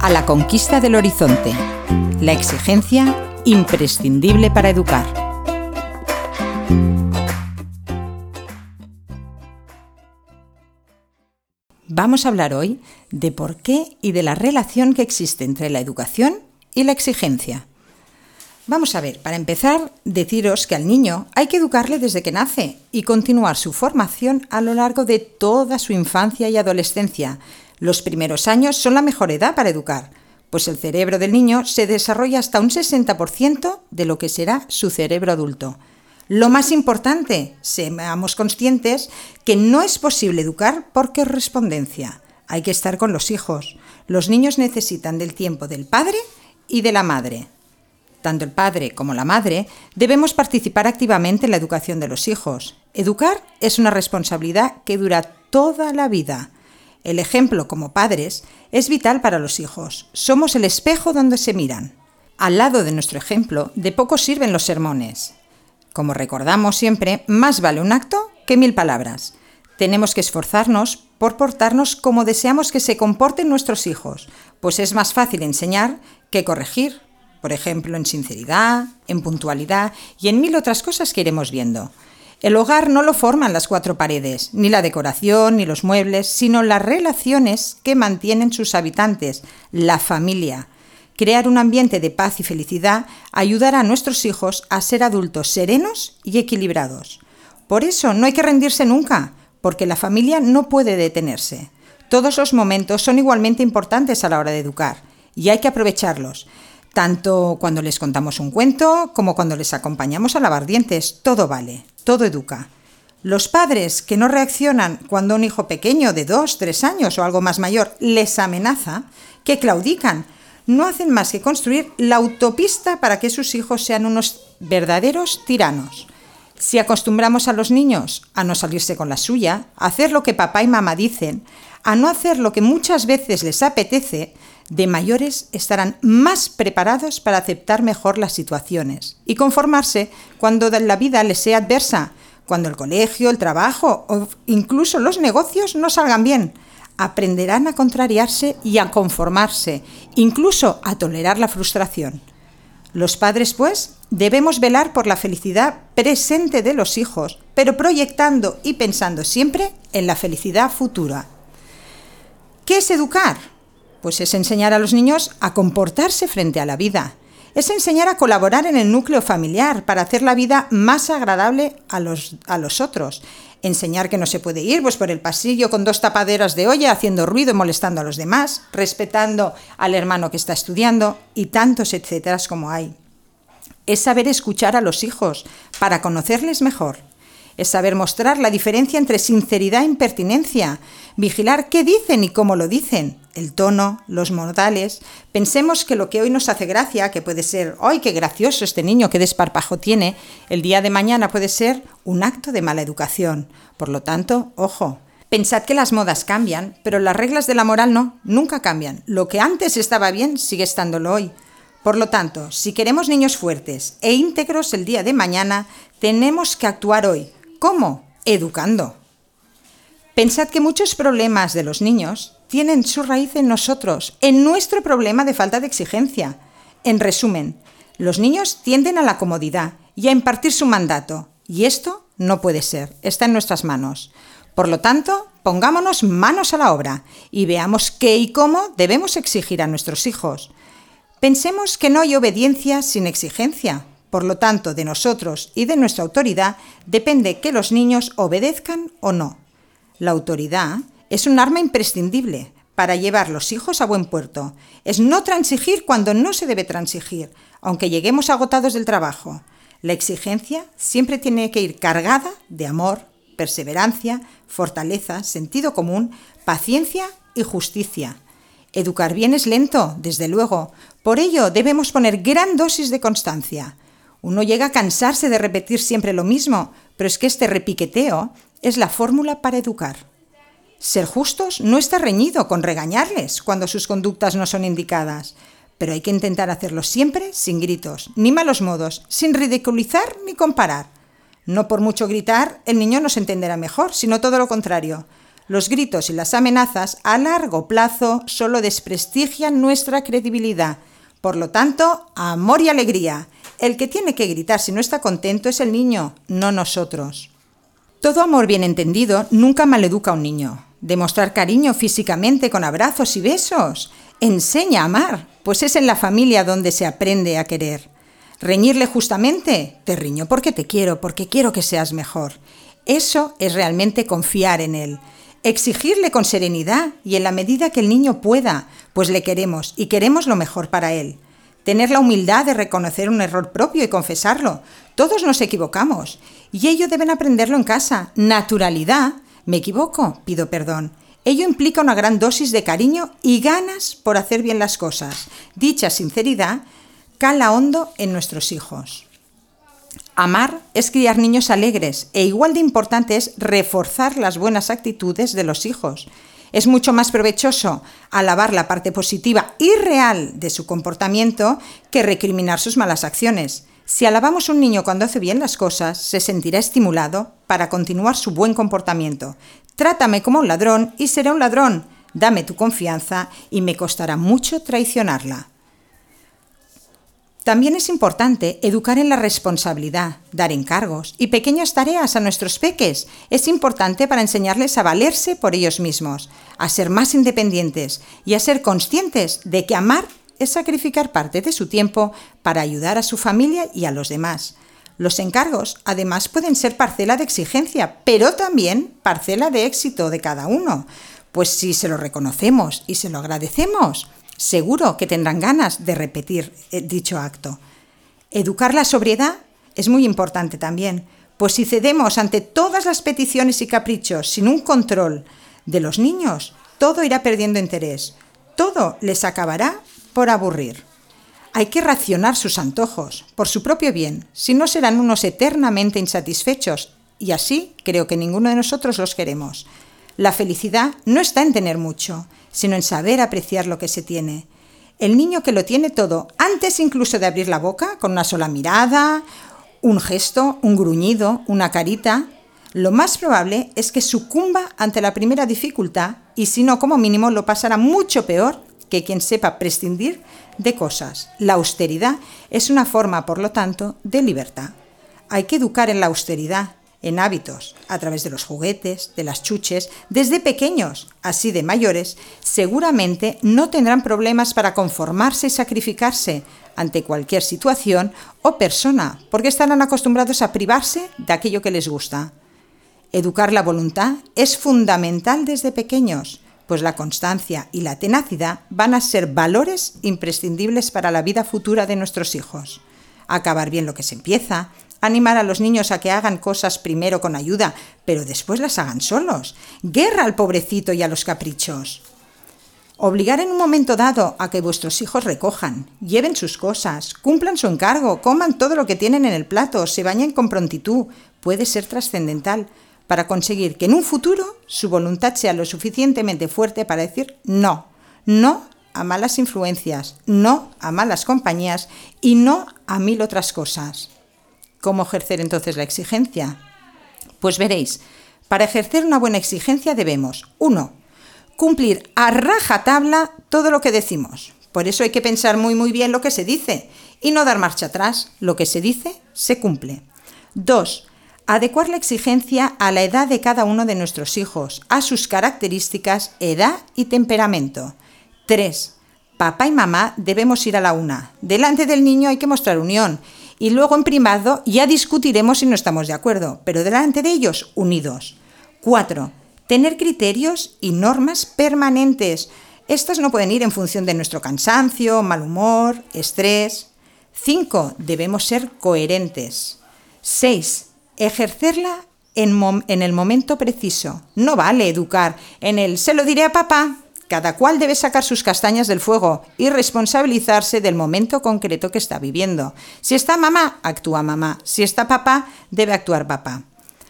a la conquista del horizonte. La exigencia imprescindible para educar. Vamos a hablar hoy de por qué y de la relación que existe entre la educación y la exigencia. Vamos a ver, para empezar, deciros que al niño hay que educarle desde que nace y continuar su formación a lo largo de toda su infancia y adolescencia. Los primeros años son la mejor edad para educar, pues el cerebro del niño se desarrolla hasta un 60% de lo que será su cerebro adulto. Lo más importante, seamos conscientes que no es posible educar por correspondencia. Hay que estar con los hijos. Los niños necesitan del tiempo del padre y de la madre. Tanto el padre como la madre debemos participar activamente en la educación de los hijos. Educar es una responsabilidad que dura toda la vida. El ejemplo como padres es vital para los hijos. Somos el espejo donde se miran. Al lado de nuestro ejemplo, de poco sirven los sermones. Como recordamos siempre, más vale un acto que 1000 palabras. Tenemos que esforzarnos por portarnos como deseamos que se comporten nuestros hijos, pues es más fácil enseñar que corregir. Por ejemplo, en sinceridad, en puntualidad y en 1000 otras cosas que iremos viendo. El hogar no lo forman las 4 paredes, ni la decoración, ni los muebles, sino las relaciones que mantienen sus habitantes, la familia. Crear un ambiente de paz y felicidad ayudará a nuestros hijos a ser adultos serenos y equilibrados. Por eso no hay que rendirse nunca, porque la familia no puede detenerse. Todos los momentos son igualmente importantes a la hora de educar y hay que aprovecharlos. Tanto cuando les contamos un cuento como cuando les acompañamos a lavar dientes, todo vale, todo educa. Los padres que no reaccionan cuando un hijo pequeño de 2, 3 años o algo más mayor les amenaza, que claudican, no hacen más que construir la autopista para que sus hijos sean unos verdaderos tiranos. Si acostumbramos a los niños a no salirse con la suya, a hacer lo que papá y mamá dicen, a no hacer lo que muchas veces les apetece, de mayores estarán más preparados para aceptar mejor las situaciones y conformarse cuando la vida les sea adversa, cuando el colegio, el trabajo o incluso los negocios no salgan bien. Aprenderán a contrariarse y a conformarse, incluso a tolerar la frustración. Los padres, pues, debemos velar por la felicidad presente de los hijos, pero proyectando y pensando siempre en la felicidad futura. ¿Qué es educar? Pues es enseñar a los niños a comportarse frente a la vida. Es enseñar a colaborar en el núcleo familiar para hacer la vida más agradable a los otros. Enseñar que no se puede ir por el pasillo con 2 tapaderas de olla haciendo ruido y molestando a los demás, respetando al hermano que está estudiando y tantos etcétera como hay. Es saber escuchar a los hijos para conocerles mejor. Es saber mostrar la diferencia entre sinceridad e impertinencia, vigilar qué dicen y cómo lo dicen, el tono, los modales. Pensemos que lo que hoy nos hace gracia, que puede ser, ¡ay, qué gracioso este niño, qué desparpajo tiene!, el día de mañana puede ser un acto de mala educación. Por lo tanto, ojo, pensad que las modas cambian, pero las reglas de la moral no, nunca cambian. Lo que antes estaba bien sigue estándolo hoy. Por lo tanto, si queremos niños fuertes e íntegros el día de mañana, tenemos que actuar hoy. ¿Cómo? Educando. Pensad que muchos problemas de los niños tienen su raíz en nosotros, en nuestro problema de falta de exigencia. En resumen, los niños tienden a la comodidad y a impartir su mandato, y esto no puede ser, está en nuestras manos. Por lo tanto, pongámonos manos a la obra y veamos qué y cómo debemos exigir a nuestros hijos. Pensemos que no hay obediencia sin exigencia. Por lo tanto, de nosotros y de nuestra autoridad depende que los niños obedezcan o no. La autoridad es un arma imprescindible para llevar los hijos a buen puerto. Es no transigir cuando no se debe transigir, aunque lleguemos agotados del trabajo. La exigencia siempre tiene que ir cargada de amor, perseverancia, fortaleza, sentido común, paciencia y justicia. Educar bien es lento, desde luego. Por ello debemos poner gran dosis de constancia. Uno llega a cansarse de repetir siempre lo mismo, pero es que este repiqueteo es la fórmula para educar. Ser justos no está reñido con regañarles cuando sus conductas no son indicadas, pero hay que intentar hacerlo siempre sin gritos, ni malos modos, sin ridiculizar ni comparar. No por mucho gritar, el niño nos entenderá mejor, sino todo lo contrario. Los gritos y las amenazas a largo plazo solo desprestigian nuestra credibilidad. Por lo tanto, amor y alegría. El que tiene que gritar si no está contento es el niño, no nosotros. Todo amor bien entendido nunca maleduca a un niño. Demostrar cariño físicamente con abrazos y besos enseña a amar, pues es en la familia donde se aprende a querer. Reñirle justamente, te riño porque te quiero, porque quiero que seas mejor. Eso es realmente confiar en él. Exigirle con serenidad y en la medida que el niño pueda, pues le queremos y queremos lo mejor para él. Tener la humildad de reconocer un error propio y confesarlo. Todos nos equivocamos y ello deben aprenderlo en casa. Naturalidad. Me equivoco, pido perdón. Ello implica una gran dosis de cariño y ganas por hacer bien las cosas. Dicha sinceridad cala hondo en nuestros hijos. Amar es criar niños alegres e igual de importante es reforzar las buenas actitudes de los hijos. Es mucho más provechoso alabar la parte positiva y real de su comportamiento que recriminar sus malas acciones. Si alabamos a un niño cuando hace bien las cosas, se sentirá estimulado para continuar su buen comportamiento. Trátame como un ladrón y seré un ladrón. Dame tu confianza y me costará mucho traicionarla. También es importante educar en la responsabilidad, dar encargos y pequeñas tareas a nuestros peques. Es importante para enseñarles a valerse por ellos mismos, a ser más independientes y a ser conscientes de que amar es sacrificar parte de su tiempo para ayudar a su familia y a los demás. Los encargos, además, pueden ser parcela de exigencia, pero también parcela de éxito de cada uno. Pues si se lo reconocemos y se lo agradecemos, seguro que tendrán ganas de repetir dicho acto. Educar la sobriedad es muy importante también, pues si cedemos ante todas las peticiones y caprichos sin un control de los niños, todo irá perdiendo interés. Todo les acabará por aburrir. Hay que racionar sus antojos, por su propio bien, si no serán unos eternamente insatisfechos, y así creo que ninguno de nosotros los queremos. La felicidad no está en tener mucho, sino en saber apreciar lo que se tiene. El niño que lo tiene todo, antes incluso de abrir la boca, con una sola mirada, un gesto, un gruñido, una carita, lo más probable es que sucumba ante la primera dificultad y si no, como mínimo, lo pasará mucho peor que quien sepa prescindir de cosas. La austeridad es una forma, por lo tanto, de libertad. Hay que educar en la austeridad, en hábitos, a través de los juguetes, de las chuches, desde pequeños, así de mayores, seguramente no tendrán problemas para conformarse y sacrificarse ante cualquier situación o persona, porque estarán acostumbrados a privarse de aquello que les gusta. Educar la voluntad es fundamental desde pequeños, pues la constancia y la tenacidad van a ser valores imprescindibles para la vida futura de nuestros hijos. Acabar bien lo que se empieza, animar a los niños a que hagan cosas primero con ayuda, pero después las hagan solos. Guerra al pobrecito y a los caprichos. Obligar en un momento dado a que vuestros hijos recojan, lleven sus cosas, cumplan su encargo, coman todo lo que tienen en el plato, se bañen con prontitud, puede ser trascendental para conseguir que en un futuro su voluntad sea lo suficientemente fuerte para decir no, no a malas influencias, no a malas compañías y no a mil otras cosas. ¿Cómo ejercer entonces la exigencia? Pues veréis, para ejercer una buena exigencia debemos, 1. Cumplir a rajatabla todo lo que decimos. Por eso hay que pensar muy bien lo que se dice y no dar marcha atrás. Lo que se dice, se cumple. 2. Adecuar la exigencia a la edad de cada uno de nuestros hijos, a sus características, edad y temperamento. 3. Papá y mamá debemos ir a la una. Delante del niño hay que mostrar unión. Y luego en privado ya discutiremos si no estamos de acuerdo, pero delante de ellos, unidos. 4. Tener criterios y normas permanentes. Estas no pueden ir en función de nuestro cansancio, mal humor, estrés. 5. Debemos ser coherentes. 6. Ejercerla en el momento preciso. No vale educar en el «se lo diré a papá». Cada cual debe sacar sus castañas del fuego y responsabilizarse del momento concreto que está viviendo. Si está mamá, actúa mamá. Si está papá, debe actuar papá.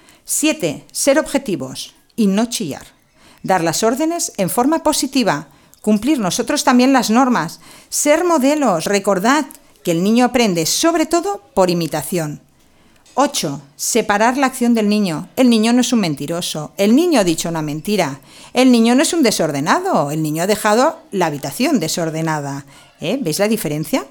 7. Ser objetivos y no chillar. Dar las órdenes en forma positiva. Cumplir nosotros también las normas. Ser modelos. Recordad que el niño aprende sobre todo por imitación. 8. Separar la acción del niño. El niño no es un mentiroso. El niño ha dicho una mentira. El niño no es un desordenado. El niño ha dejado la habitación desordenada. ¿Veis la diferencia?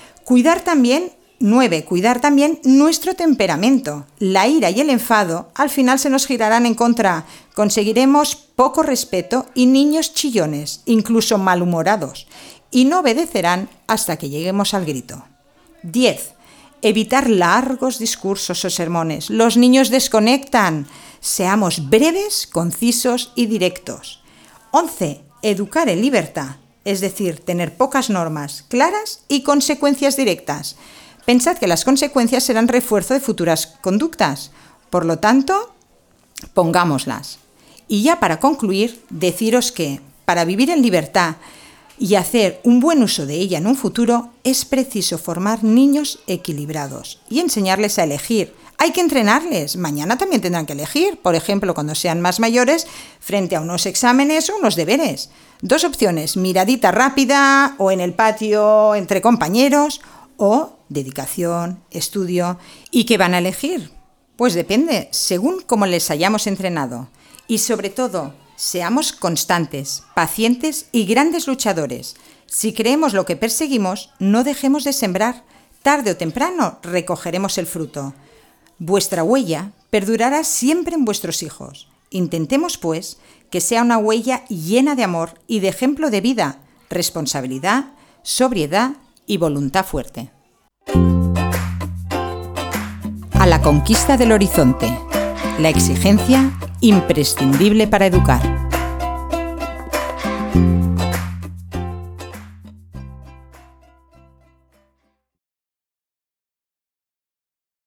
9. Cuidar también nuestro temperamento. La ira y el enfado al final se nos girarán en contra. Conseguiremos poco respeto y niños chillones, incluso malhumorados, y no obedecerán hasta que lleguemos al grito. 10. Evitar largos discursos o sermones. Los niños desconectan. Seamos breves, concisos y directos. 11. Educar en libertad, es decir, tener pocas normas claras y consecuencias directas. Pensad que las consecuencias serán refuerzo de futuras conductas. Por lo tanto, pongámoslas. Y ya para concluir, deciros que para vivir en libertad y hacer un buen uso de ella en un futuro, es preciso formar niños equilibrados y enseñarles a elegir. Hay que entrenarles. Mañana también tendrán que elegir, por ejemplo, cuando sean más mayores, frente a unos exámenes o unos deberes. 2 opciones, miradita rápida o en el patio entre compañeros, o dedicación, estudio. ¿Y qué van a elegir? Pues depende, según cómo les hayamos entrenado. Y sobre todo, seamos constantes, pacientes y grandes luchadores. Si creemos lo que perseguimos, no dejemos de sembrar. Tarde o temprano recogeremos el fruto. Vuestra huella perdurará siempre en vuestros hijos. Intentemos, pues, que sea una huella llena de amor y de ejemplo de vida, responsabilidad, sobriedad y voluntad fuerte. A la conquista del horizonte. La exigencia imprescindible para educar.